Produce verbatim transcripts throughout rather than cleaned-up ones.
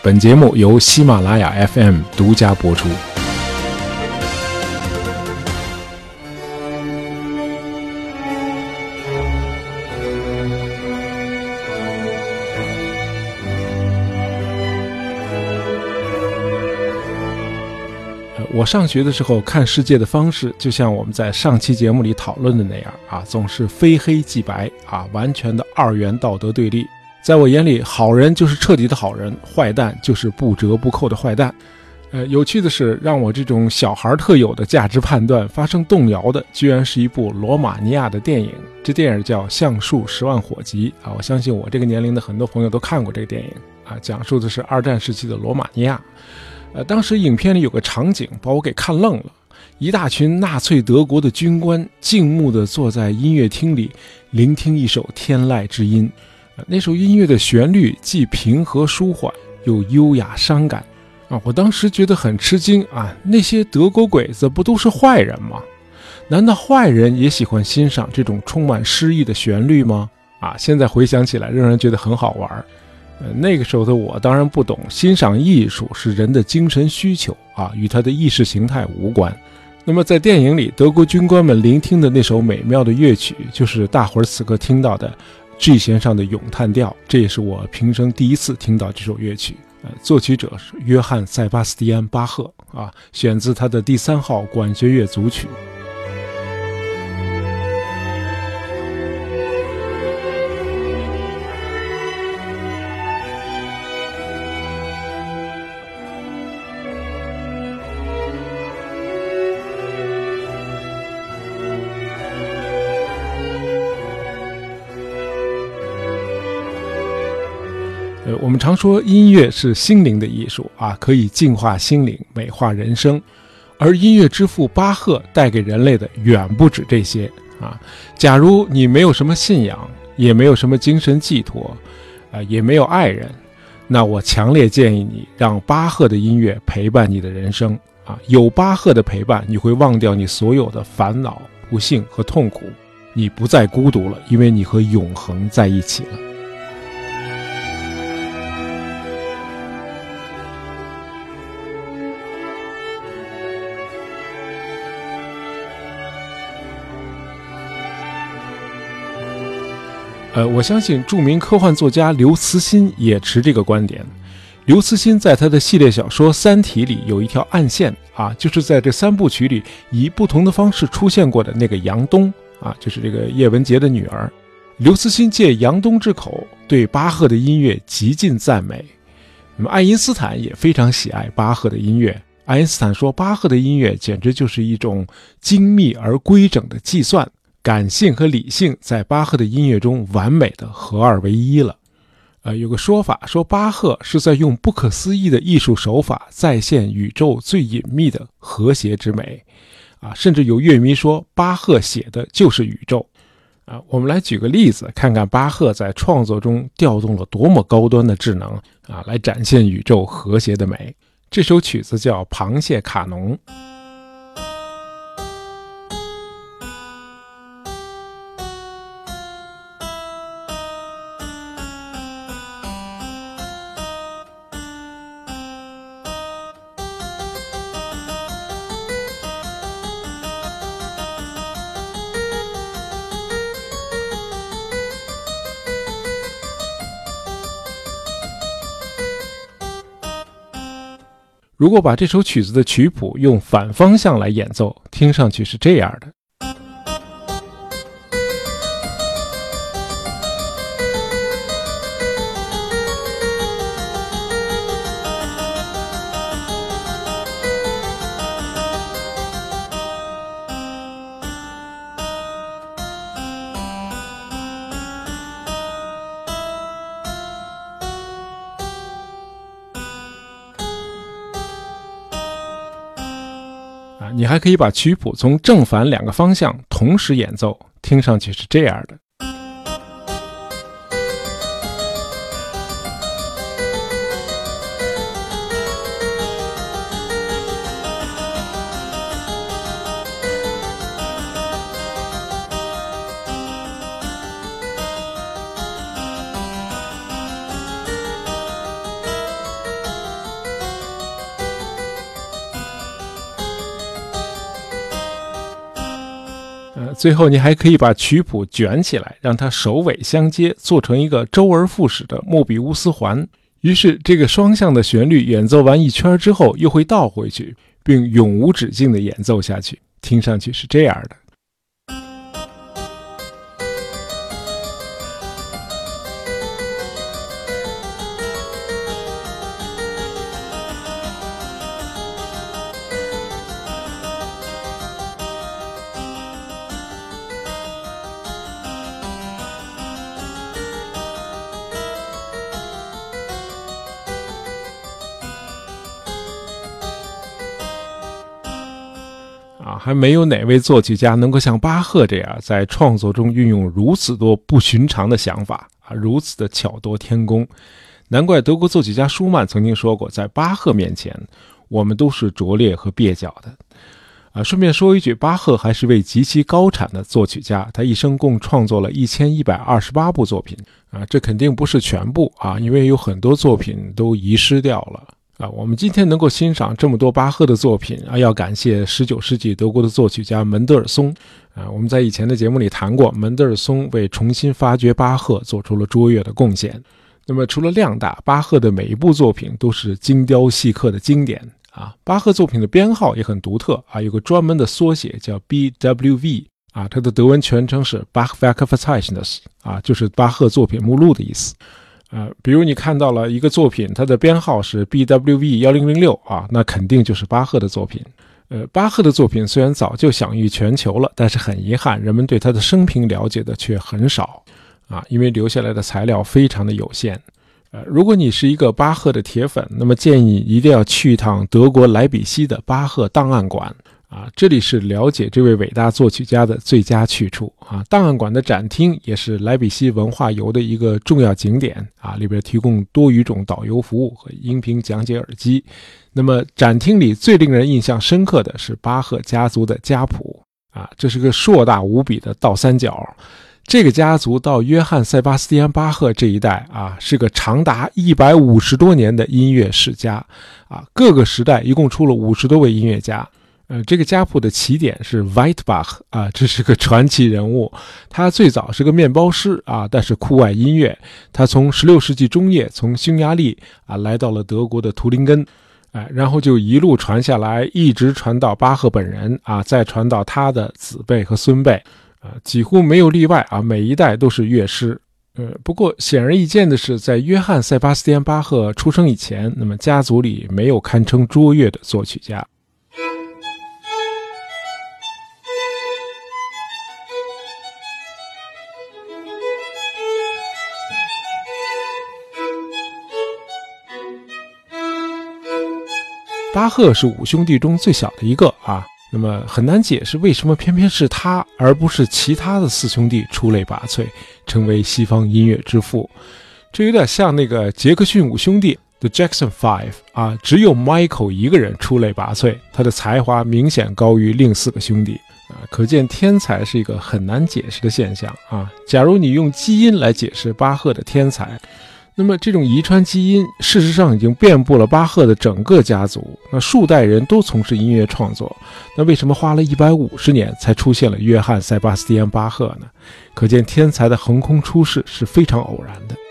本节目由喜马拉雅 F M 独家播出。我上学的时候看世界的方式，就像我们在上期节目里讨论的那样啊，总是非黑即白啊，完全的二元道德对立。在我眼里，好人就是彻底的好人，坏蛋就是不折不扣的坏蛋。呃，有趣的是，让我这种小孩特有的价值判断发生动摇的，居然是一部罗马尼亚的电影。这电影叫《橡树十万火急》啊，我相信我这个年龄的很多朋友都看过这个电影啊，讲述的是二战时期的罗马尼亚。呃，当时影片里有个场景把我给看愣了，一大群纳粹德国的军官静穆地坐在音乐厅里，聆听一首天籁之音。呃、那首音乐的旋律既平和舒缓，又优雅伤感啊！我当时觉得很吃惊啊，那些德国鬼子不都是坏人吗？难道坏人也喜欢欣赏这种充满诗意的旋律吗？啊，现在回想起来仍然觉得很好玩。呃，那个时候的我当然不懂，欣赏艺术是人的精神需求啊，与他的意识形态无关。那么在电影里，德国军官们聆听的那首美妙的乐曲，就是大伙儿此刻听到的 G 弦上的咏叹调，这也是我平生第一次听到这首乐曲。呃，作曲者是约翰·塞巴斯蒂安·巴赫啊，选自他的第三号管弦乐组曲。呃，我们常说音乐是心灵的艺术啊，可以净化心灵，美化人生。而音乐之父巴赫带给人类的远不止这些啊。假如你没有什么信仰，也没有什么精神寄托，啊，也没有爱人，那我强烈建议你让巴赫的音乐陪伴你的人生啊。有巴赫的陪伴，你会忘掉你所有的烦恼、不幸和痛苦，你不再孤独了，因为你和永恒在一起了。呃，我相信著名科幻作家刘慈欣也持这个观点。刘慈欣在他的系列小说《三体》里有一条暗线啊，就是在这三部曲里以不同的方式出现过的那个杨东啊，就是这个叶文洁的女儿。刘慈欣借杨东之口对巴赫的音乐极尽赞美。那么爱因斯坦也非常喜爱巴赫的音乐。爱因斯坦说，巴赫的音乐简直就是一种精密而规整的计算。感性和理性在巴赫的音乐中完美的合二为一了。呃，有个说法说巴赫是在用不可思议的艺术手法再现宇宙最隐秘的和谐之美。啊，甚至有乐迷说巴赫写的就是宇宙。啊，我们来举个例子，看看巴赫在创作中调动了多么高端的智能啊，来展现宇宙和谐的美。这首曲子叫《螃蟹卡农》。如果把这首曲子的曲谱用反方向来演奏，听上去是这样的。你还可以把曲谱从正反两个方向同时演奏，听上去是这样的。 最后你还可以把曲谱卷起来，让它首尾相接，做成一个周而复始的莫比乌斯环。于是这个双向的旋律演奏完一圈之后又会倒回去，并永无止境地演奏下去，听上去是这样的。啊，还没有哪位作曲家能够像巴赫这样在创作中运用如此多不寻常的想法啊，如此的巧夺天工。难怪德国作曲家舒曼曾经说过，在巴赫面前，我们都是拙劣和蹩脚的。啊，顺便说一句，巴赫还是位极其高产的作曲家，他一生共创作了一千一百二十八部作品啊，这肯定不是全部啊，因为有很多作品都遗失掉了。啊，我们今天能够欣赏这么多巴赫的作品啊，要感谢十九世纪德国的作曲家门德尔松。啊，我们在以前的节目里谈过，门德尔松为重新发掘巴赫做出了卓越的贡献。那么除了量大，巴赫的每一部作品都是精雕细刻的经典啊。巴赫作品的编号也很独特啊，有个专门的缩写叫 B W V 啊，它的德文全称是 Bachwerkverzeichnis 啊，就是巴赫作品目录的意思。呃，比如你看到了一个作品，它的编号是 B W V 一零零六 啊，那肯定就是巴赫的作品。呃，巴赫的作品虽然早就享誉全球了，但是很遗憾，人们对他的生平了解的却很少啊，因为留下来的材料非常的有限。呃，如果你是一个巴赫的铁粉，那么建议一定要去一趟德国莱比锡的巴赫档案馆。啊，这里是了解这位伟大作曲家的最佳去处啊！档案馆的展厅也是莱比锡文化游的一个重要景点啊，里边提供多语种导游服务和音频讲解耳机。那么展厅里最令人印象深刻的是巴赫家族的家谱啊，这是个硕大无比的倒三角。这个家族到约翰·塞巴斯蒂安·巴赫这一代啊，是个长达一百五十多年的音乐世家啊，各个时代一共出了五十多位音乐家。呃，这个家谱的起点是 Weitbach 啊，这是个传奇人物。他最早是个面包师啊，但是酷爱音乐。他从十六世纪中叶从匈牙利啊来到了德国的图林根，哎，然后就一路传下来，一直传到巴赫本人啊，再传到他的子辈和孙辈，啊，几乎没有例外啊，每一代都是乐师。呃，不过显而易见的是，在约翰·塞巴斯蒂安·巴赫出生以前，那么家族里没有堪称卓越的作曲家。巴赫是五兄弟中最小的一个啊，那么很难解释为什么偏偏是他，而不是其他的四兄弟出类拔萃，成为西方音乐之父。这有点像那个杰克逊五兄弟 The Jackson Five 啊，只有 Michael 一个人出类拔萃，他的才华明显高于另四个兄弟啊，可见天才是一个很难解释的现象啊。假如你用基因来解释巴赫的天才，那么这种遗传基因事实上已经遍布了巴赫的整个家族，那数代人都从事音乐创作，那为什么花了一百五十年才出现了约翰·塞巴斯蒂安·巴赫呢？可见天才的横空出世是非常偶然的。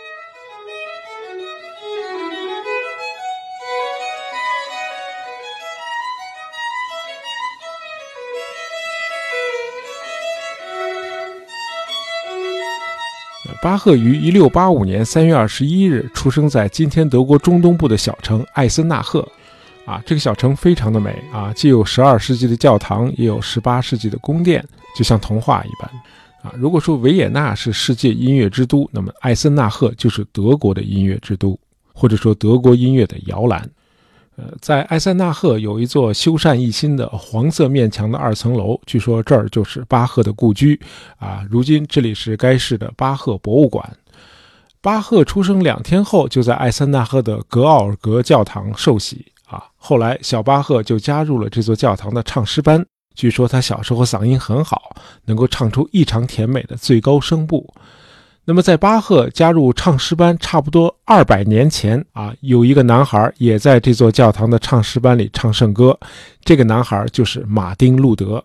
巴赫于一六八五年三月二十一日出生在今天德国中东部的小城艾森纳赫，啊，这个小城非常的美啊，既有十二世纪的教堂，也有十八世纪的宫殿，就像童话一般啊。如果说维也纳是世界音乐之都，那么艾森纳赫就是德国的音乐之都，或者说德国音乐的摇篮。呃，在艾森纳赫有一座修缮一新的黄色面墙的二层楼，据说这儿就是巴赫的故居啊。如今这里是该市的巴赫博物馆。巴赫出生两天后就在艾森纳赫的格奥尔格教堂受洗啊。后来小巴赫就加入了这座教堂的唱诗班，据说他小时候嗓音很好，能够唱出异常甜美的最高声部。那么在巴赫加入唱诗班差不多二百年前啊，有一个男孩也在这座教堂的唱诗班里唱圣歌，这个男孩就是马丁·路德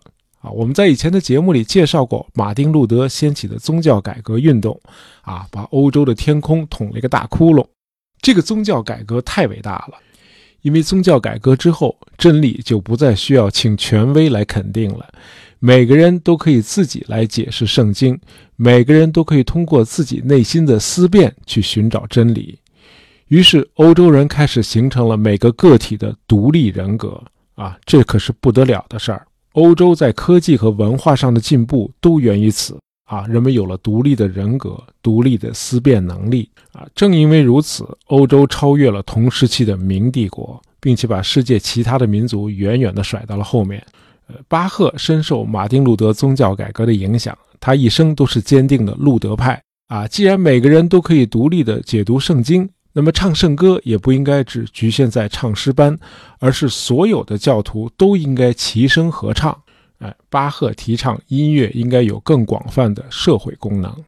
啊，我们在以前的节目里介绍过马丁路德掀起的宗教改革运动，啊，把欧洲的天空捅了一个大窟窿。这个宗教改革太伟大了，因为宗教改革之后，真理就不再需要请权威来肯定了，每个人都可以自己来解释圣经，每个人都可以通过自己内心的思辨去寻找真理。于是欧洲人开始形成了每个个体的独立人格啊，这可是不得了的事儿。欧洲在科技和文化上的进步都源于此啊，人们有了独立的人格，独立的思辨能力啊。正因为如此，欧洲超越了同时期的明帝国，并且把世界其他的民族远远地甩到了后面。呃，巴赫深受马丁路德宗教改革的影响，他一生都是坚定的路德派啊。既然每个人都可以独立地解读圣经，那么唱圣歌也不应该只局限在唱诗班，而是所有的教徒都应该齐声合唱。哎，巴赫提倡音乐应该有更广泛的社会功能。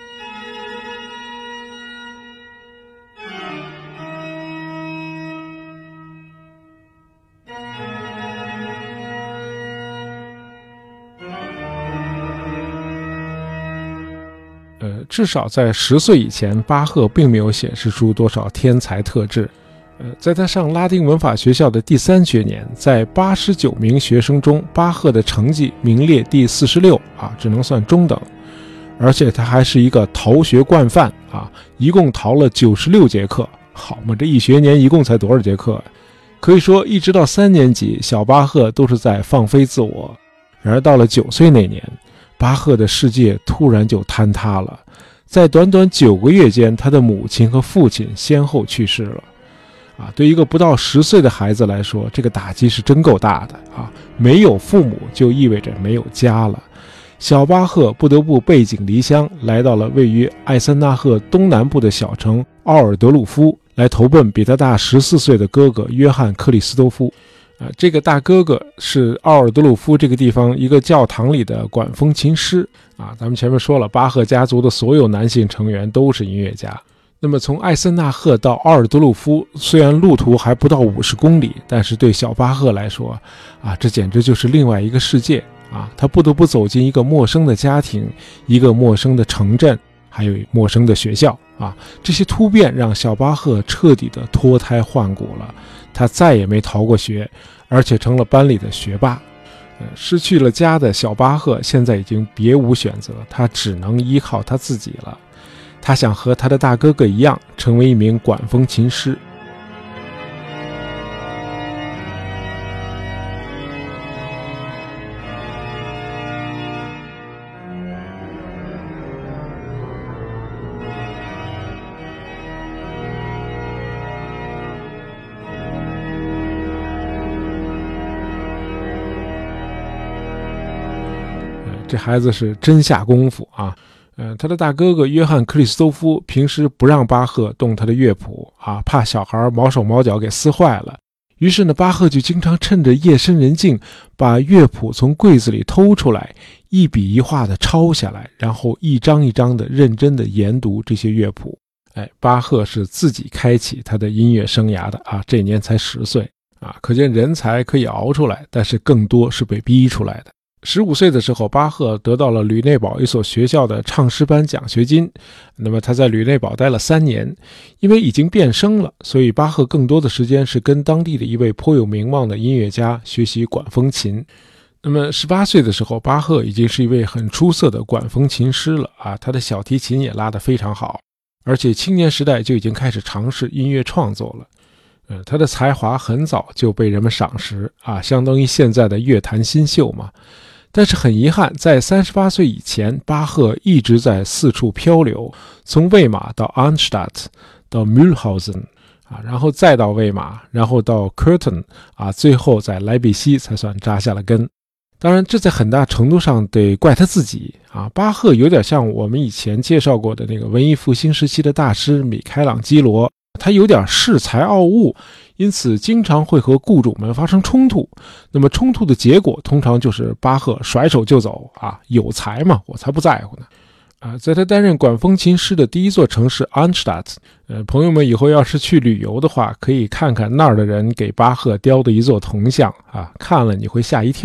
呃，至少在十岁以前，巴赫并没有显示出多少天才特质。呃，在他上拉丁文法学校的第三学年，在八十九名学生中，巴赫的成绩名列第四十六啊，只能算中等。而且他还是一个逃学惯犯啊，一共逃了九十六节课。好嘛，这一学年一共才多少节课？可以说，一直到三年级，小巴赫都是在放飞自我。然而到了九岁那年，巴赫的世界突然就坍塌了。在短短九个月间，他的母亲和父亲先后去世了。啊，对一个不到十岁的孩子来说，这个打击是真够大的啊！没有父母就意味着没有家了。小巴赫不得不背井离乡，来到了位于艾森纳赫东南部的小城奥尔德鲁夫，来投奔比他大十四岁的哥哥约翰克里斯多夫。啊，这个大哥哥是奥尔德鲁夫这个地方一个教堂里的管风琴师啊。咱们前面说了，巴赫家族的所有男性成员都是音乐家。那么从艾森纳赫到奥尔德鲁夫，虽然路途还不到五十公里，但是对小巴赫来说啊，这简直就是另外一个世界啊！他不得不走进一个陌生的家庭，一个陌生的城镇，还有陌生的学校啊！这些突变让小巴赫彻底的脱胎换骨了，他再也没逃过学，而且成了班里的学霸。呃，失去了家的小巴赫现在已经别无选择，他只能依靠他自己了。他想和他的大哥哥一样，成为一名管风琴师。这孩子是真下功夫啊！呃，他的大哥哥约翰克里斯多夫平时不让巴赫动他的乐谱啊，怕小孩毛手毛脚给撕坏了。于是呢，巴赫就经常趁着夜深人静，把乐谱从柜子里偷出来，一笔一画的抄下来，然后一张一张的认真的研读这些乐谱。哎，巴赫是自己开启他的音乐生涯的啊，这年才十岁啊，可见人才可以熬出来，但是更多是被逼出来的。十五岁的时候，巴赫得到了吕内堡一所学校的唱诗班奖学金。那么他在吕内堡待了三年，因为已经变声了，所以巴赫更多的时间是跟当地的一位颇有名望的音乐家学习管风琴。那么十八岁的时候，巴赫已经是一位很出色的管风琴师了啊，他的小提琴也拉得非常好，而且青年时代就已经开始尝试音乐创作了。呃，他的才华很早就被人们赏识啊，相当于现在的乐坛新秀嘛。但是很遗憾，在三十八岁以前，巴赫一直在四处漂流，从魏玛到 Arnstadt 到 Mühlhausen 啊，然后再到魏玛，然后到 Curtin 啊，最后在莱比锡才算扎下了根。当然，这在很大程度上得怪他自己啊。巴赫有点像我们以前介绍过的那个文艺复兴时期的大师米开朗基罗，他有点恃才傲物，因此经常会和雇主们发生冲突。那么冲突的结果通常就是巴赫甩手就走啊，有才嘛，我才不在乎呢。啊，在他担任管风琴师的第一座城市 Arnstadt， 呃，朋友们以后要是去旅游的话，可以看看那儿的人给巴赫雕的一座铜像啊，看了你会吓一跳。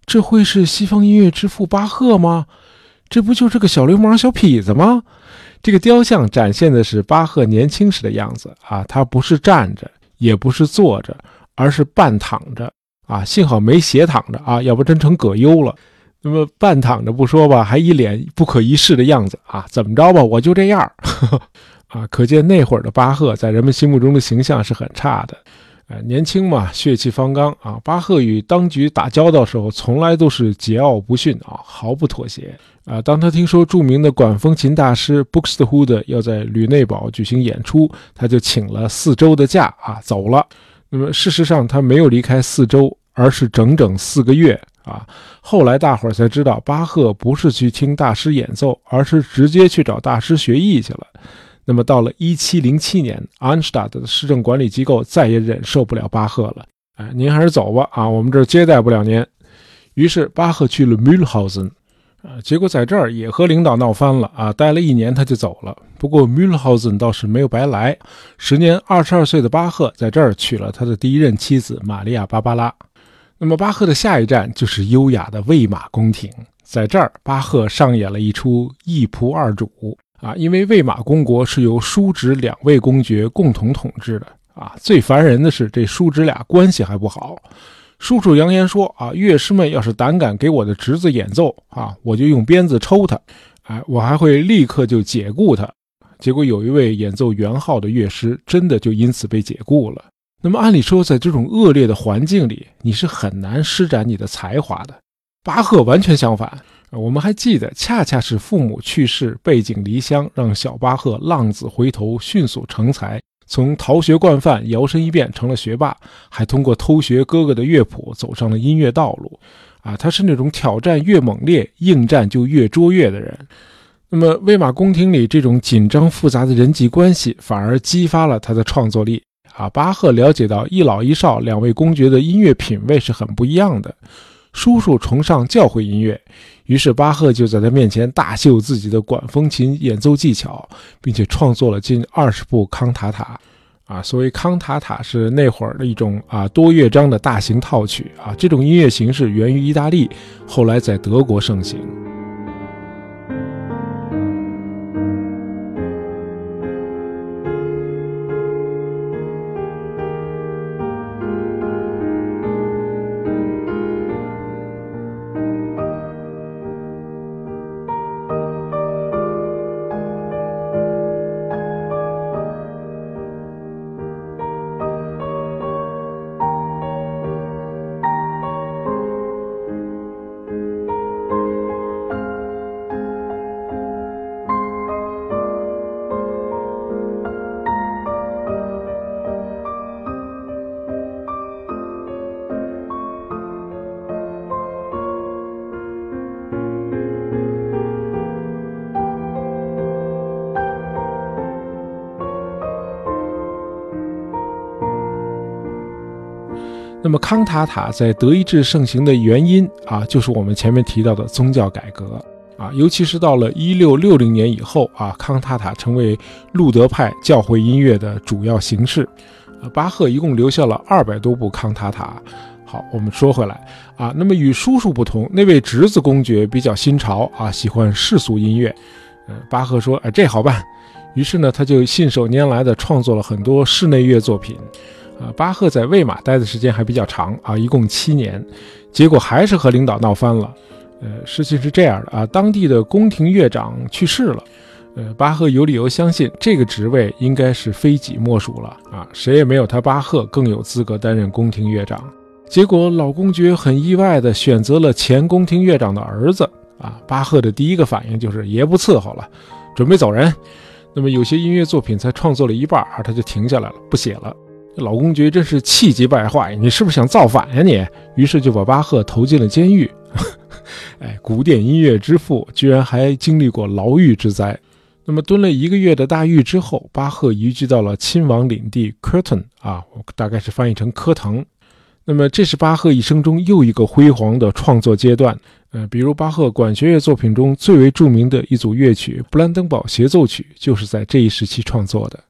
这会是西方音乐之父巴赫吗？这不就是个小流氓小痞子吗？这个雕像展现的是巴赫年轻时的样子啊，他不是站着，也不是坐着，而是半躺着啊，幸好没斜躺着啊，要不真成葛优了。那么半躺着不说吧，还一脸不可一世的样子啊，怎么着吧，我就这样啊，可见那会儿的巴赫在人们心目中的形象是很差的。呃，年轻嘛，血气方刚啊。巴赫与当局打交道的时候，从来都是桀骜不驯啊，毫不妥协啊。当他听说著名的管风琴大师 Buxtehude 要在吕内堡举行演出，他就请了四周的假啊，走了。那么事实上，他没有离开四周，而是整整四个月啊。后来大伙儿才知道，巴赫不是去听大师演奏，而是直接去找大师学艺去了。那么到了一七零七年，安斯塔的市政管理机构再也忍受不了巴赫了，哎，您还是走吧啊，我们这儿接待不了您。于是巴赫去了 Mühlhausen， 啊，结果在这儿也和领导闹翻了啊，待了一年他就走了。不过 Mühlhausen 倒是没有白来，时年二十二岁的巴赫在这儿娶了他的第一任妻子玛利亚·芭芭拉。那么巴赫的下一站就是优雅的魏玛宫廷，在这儿巴赫上演了一出一仆二主。啊，因为魏玛公国是由叔侄两位公爵共同统治的啊，最烦人的是这叔侄俩关系还不好。叔叔扬言说啊，乐师们要是胆敢给我的侄子演奏啊，我就用鞭子抽他，哎，我还会立刻就解雇他。结果有一位演奏元号的乐师真的就因此被解雇了。那么按理说，在这种恶劣的环境里，你是很难施展你的才华的。巴赫完全相反。我们还记得，恰恰是父母去世、背井离乡，让小巴赫浪子回头，迅速成才，从逃学惯犯摇身一变成了学霸，还通过偷学哥哥的乐谱走上了音乐道路。啊，他是那种挑战越猛烈，应战就越卓越的人。那么魏玛宫廷里这种紧张复杂的人际关系，反而激发了他的创作力。啊，巴赫了解到一老一少两位公爵的音乐品味是很不一样的。叔叔崇尚教会音乐，于是巴赫就在他面前大秀自己的管风琴演奏技巧，并且创作了近二十部康塔塔。啊，所谓康塔塔是那会儿的一种啊多乐章的大型套曲啊，这种音乐形式源于意大利，后来在德国盛行。那么康塔塔在德意志盛行的原因啊，就是我们前面提到的宗教改革啊，尤其是到了一六六零年以后啊，康塔塔成为路德派教会音乐的主要形式。呃，巴赫一共留下了二百多部康塔塔。好，我们说回来啊，那么与叔叔不同，那位侄子公爵比较新潮啊，喜欢世俗音乐。呃，巴赫说，哎，这好办。于是呢，他就信手拈来的创作了很多室内乐作品。呃，巴赫在魏玛待的时间还比较长啊，一共七年，结果还是和领导闹翻了。呃，事情是这样的啊，当地的宫廷乐长去世了，呃，巴赫有理由相信这个职位应该是非己莫属了啊，谁也没有他巴赫更有资格担任宫廷乐长。结果老公爵很意外地选择了前宫廷乐长的儿子啊，巴赫的第一个反应就是爷不伺候了，准备走人。那么有些音乐作品才创作了一半啊，他就停下来了，不写了。老公爵真是气急败坏，你是不是想造反呀你？于是就把巴赫投进了监狱。哎，古典音乐之父居然还经历过牢狱之灾。那么蹲了一个月的大狱之后，巴赫移居到了亲王领地 Curtin 啊，大概是翻译成科腾。那么这是巴赫一生中又一个辉煌的创作阶段。呃，比如巴赫管弦乐作品中最为著名的一组乐曲布兰登堡协奏曲，就是在这一时期创作的。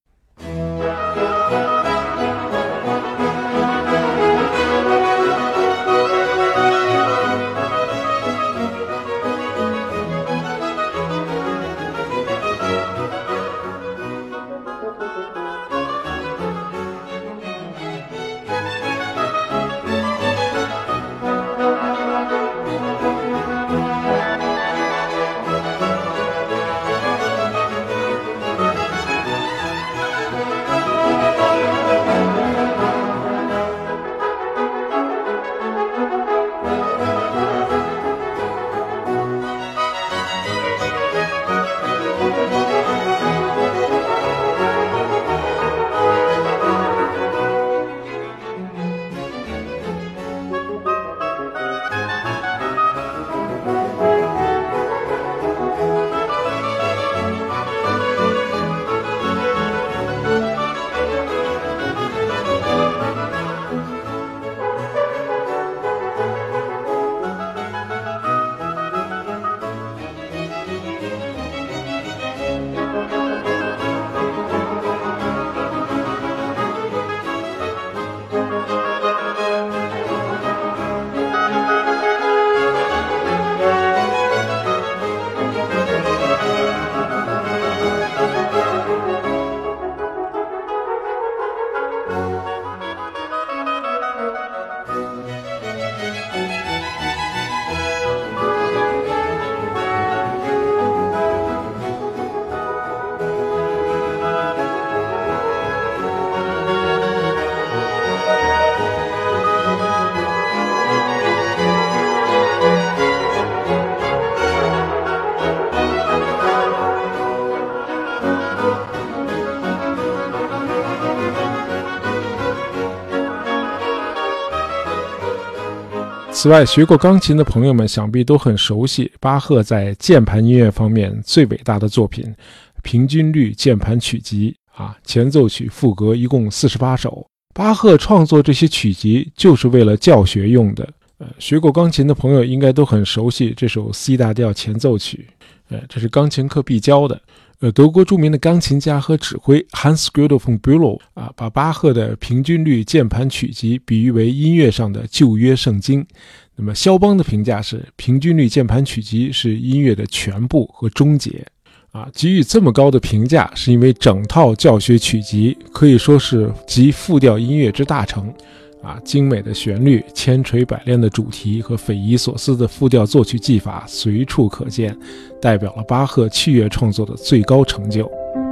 此外，学过钢琴的朋友们想必都很熟悉巴赫在键盘音乐方面最伟大的作品《平均律键盘曲集》啊，前奏曲、赋格一共四十八首。巴赫创作这些曲集就是为了教学用的。呃，学过钢琴的朋友应该都很熟悉这首 C 大调前奏曲，呃，这是钢琴课必教的。呃，德国著名的钢琴家和指挥 Hans Guido von Bülow 啊，把巴赫的平均律键盘曲集比喻为音乐上的旧约圣经。那么肖邦的评价是，平均律键盘曲集是音乐的全部和终结。啊，给予这么高的评价，是因为整套教学曲集可以说是集复调音乐之大成。啊，精美的旋律、千锤百炼的主题和匪夷所思的复调作曲技法随处可见，代表了巴赫器乐创作的最高成就。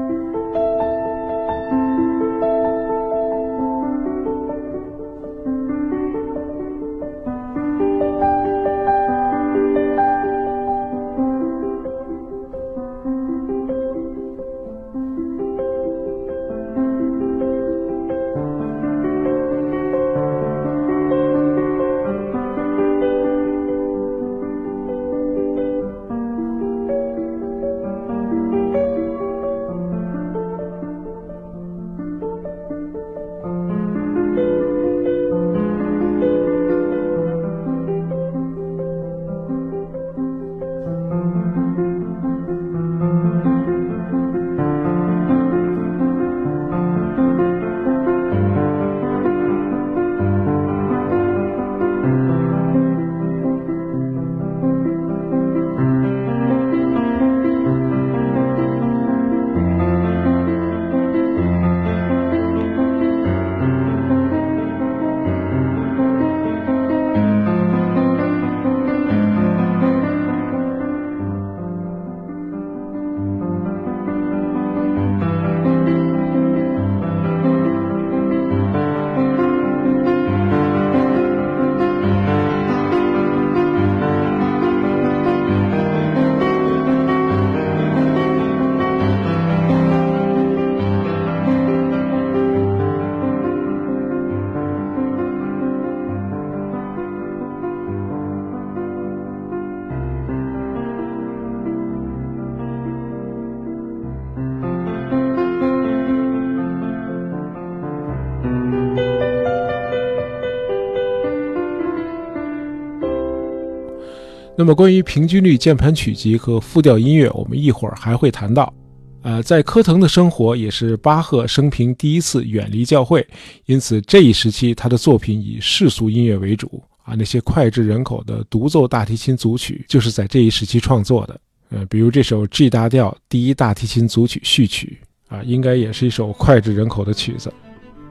那么关于平均律键盘曲集和复调音乐，我们一会儿还会谈到。呃，在科腾的生活也是巴赫生平第一次远离教会，因此这一时期他的作品以世俗音乐为主啊，那些脍炙人口的独奏大提琴组曲就是在这一时期创作的。呃，比如这首 G 大调第一大提琴组曲序曲啊，应该也是一首脍炙人口的曲子。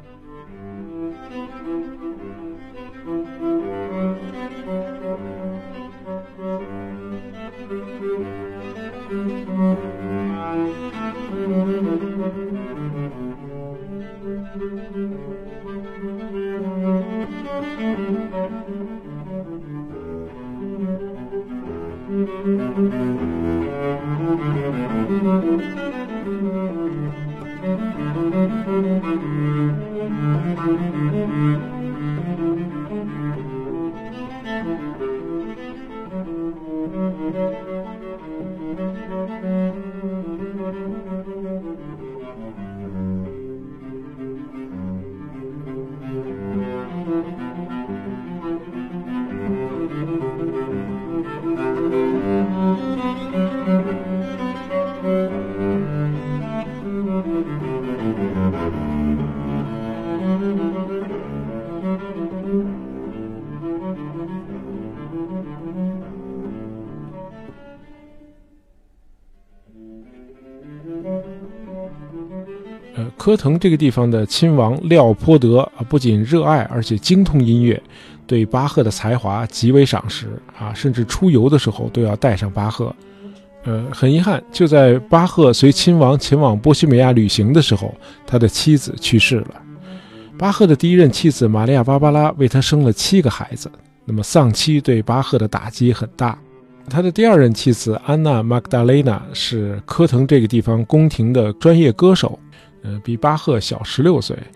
呃，科腾这个地方的亲王廖颇德啊，不仅热爱而且精通音乐，对巴赫的才华极为赏识啊，甚至出游的时候都要带上巴赫。呃，很遗憾，就在巴赫随亲王前往波西米亚旅行的时候，他的妻子去世了。巴赫的第一任妻子玛利亚·芭芭拉为他生了七个孩子，那么丧妻对巴赫的打击很大。他的第二任妻子安娜·mag达雷娜是科腾这个地方宫廷的专业歌手，呃，比巴赫小十六岁，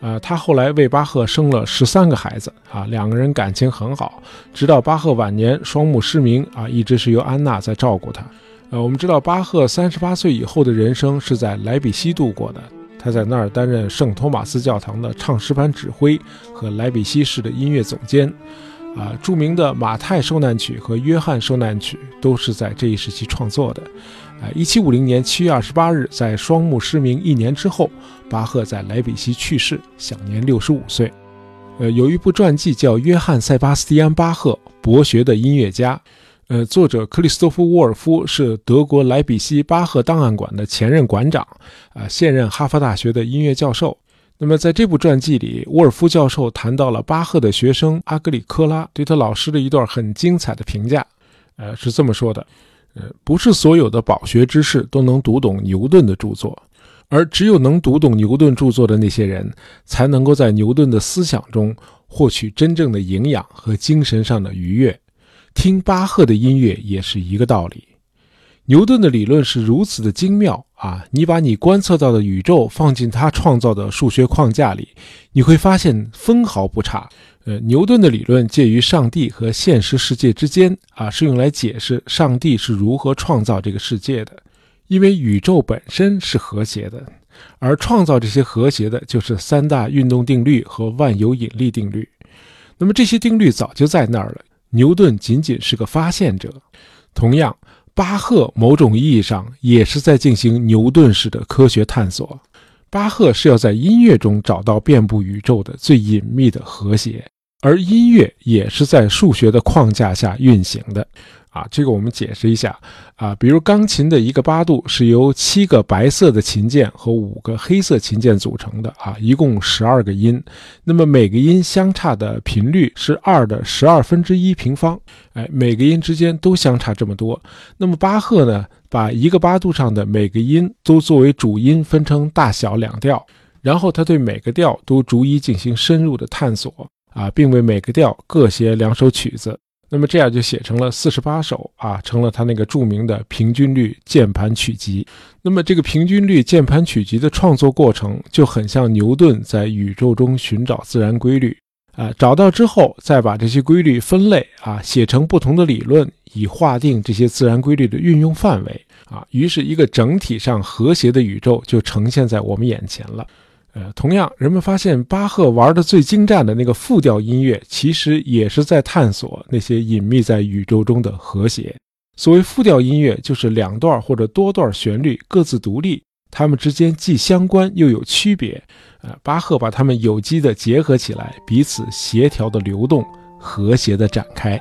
呃，他后来为巴赫生了十三个孩子啊，两个人感情很好，直到巴赫晚年双目失明啊，一直是由安娜在照顾他。呃，我们知道巴赫三十八岁以后的人生是在莱比锡度过的，他在那儿担任圣托马斯教堂的唱诗班指挥和莱比锡市的音乐总监。啊，著名的马太受难曲和约翰受难曲都是在这一时期创作的。啊，一七五零年七月二十八日，在双目失明一年之后，巴赫在莱比锡去世，享年六十五岁。呃，有一部传记叫《约翰·塞巴斯蒂安·巴赫：博学的音乐家》。呃，作者克里斯托夫·沃尔夫是德国莱比锡巴赫档案馆的前任馆长，啊，现任哈佛大学的音乐教授。那么在这部传记里，沃尔夫教授谈到了巴赫的学生阿格里科拉对他老师的一段很精彩的评价，呃，是这么说的：呃，不是所有的饱学之士都能读懂牛顿的著作，而只有能读懂牛顿著作的那些人，才能够在牛顿的思想中获取真正的营养和精神上的愉悦。听巴赫的音乐也是一个道理。牛顿的理论是如此的精妙啊！你把你观测到的宇宙放进他创造的数学框架里，你会发现分毫不差。呃，牛顿的理论介于上帝和现实世界之间啊，是用来解释上帝是如何创造这个世界的。因为宇宙本身是和谐的，而创造这些和谐的就是三大运动定律和万有引力定律。那么这些定律早就在那儿了，牛顿仅仅是个发现者。同样，巴赫某种意义上也是在进行牛顿式的科学探索。巴赫是要在音乐中找到遍布宇宙的最隐秘的和谐，而音乐也是在数学的框架下运行的。啊，这个我们解释一下啊，比如钢琴的一个八度是由七个白色的琴键和五个黑色琴键组成的啊，一共十二个音。那么每个音相差的频率是二的十二分之一平方，哎，每个音之间都相差这么多。那么巴赫呢，把一个八度上的每个音都作为主音分成大小两调，然后他对每个调都逐一进行深入的探索啊，并为每个调各写两首曲子。那么这样就写成了四十八首啊，成了他那个著名的平均律键盘曲集。那么这个平均律键盘曲集的创作过程就很像牛顿在宇宙中寻找自然规律啊，找到之后再把这些规律分类啊，写成不同的理论，以划定这些自然规律的运用范围啊，于是一个整体上和谐的宇宙就呈现在我们眼前了。呃，同样，人们发现巴赫玩的最精湛的那个复调音乐，其实也是在探索那些隐秘在宇宙中的和谐。所谓复调音乐，就是两段或者多段旋律各自独立，它们之间既相关又有区别。呃，巴赫把它们有机的结合起来，彼此协调的流动，和谐的展开。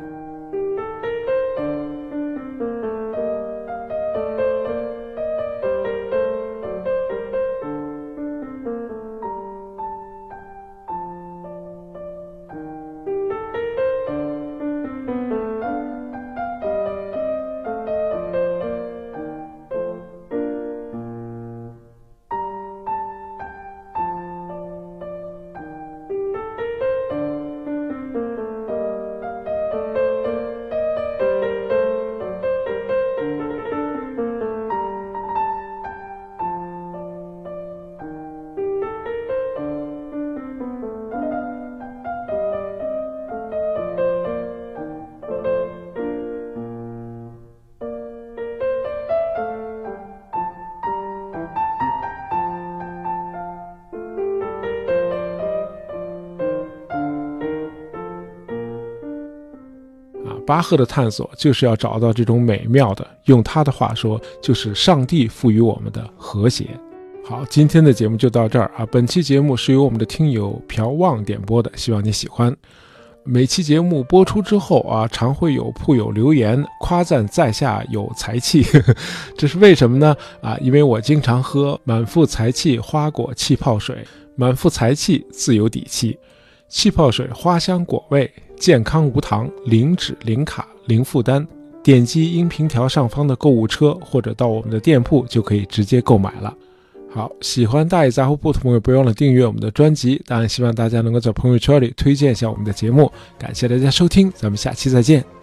巴赫的探索就是要找到这种美妙的，用他的话说，就是上帝赋予我们的和谐。好，今天的节目就到这儿啊。本期节目是由我们的听友朴旺点播的，希望你喜欢。每期节目播出之后啊，常会有铺友留言夸赞在下有才气，这是为什么呢？啊，因为我经常喝满腹才气花果气泡水，满腹才气自有底气。气泡水花香果味，健康无糖，零脂零卡零负担。点击音频条上方的购物车，或者到我们的店铺就可以直接购买了。好，喜欢大爷杂货铺的朋友不要忘了订阅我们的专辑，当然希望大家能够在朋友圈里推荐一下我们的节目。感谢大家收听，咱们下期再见。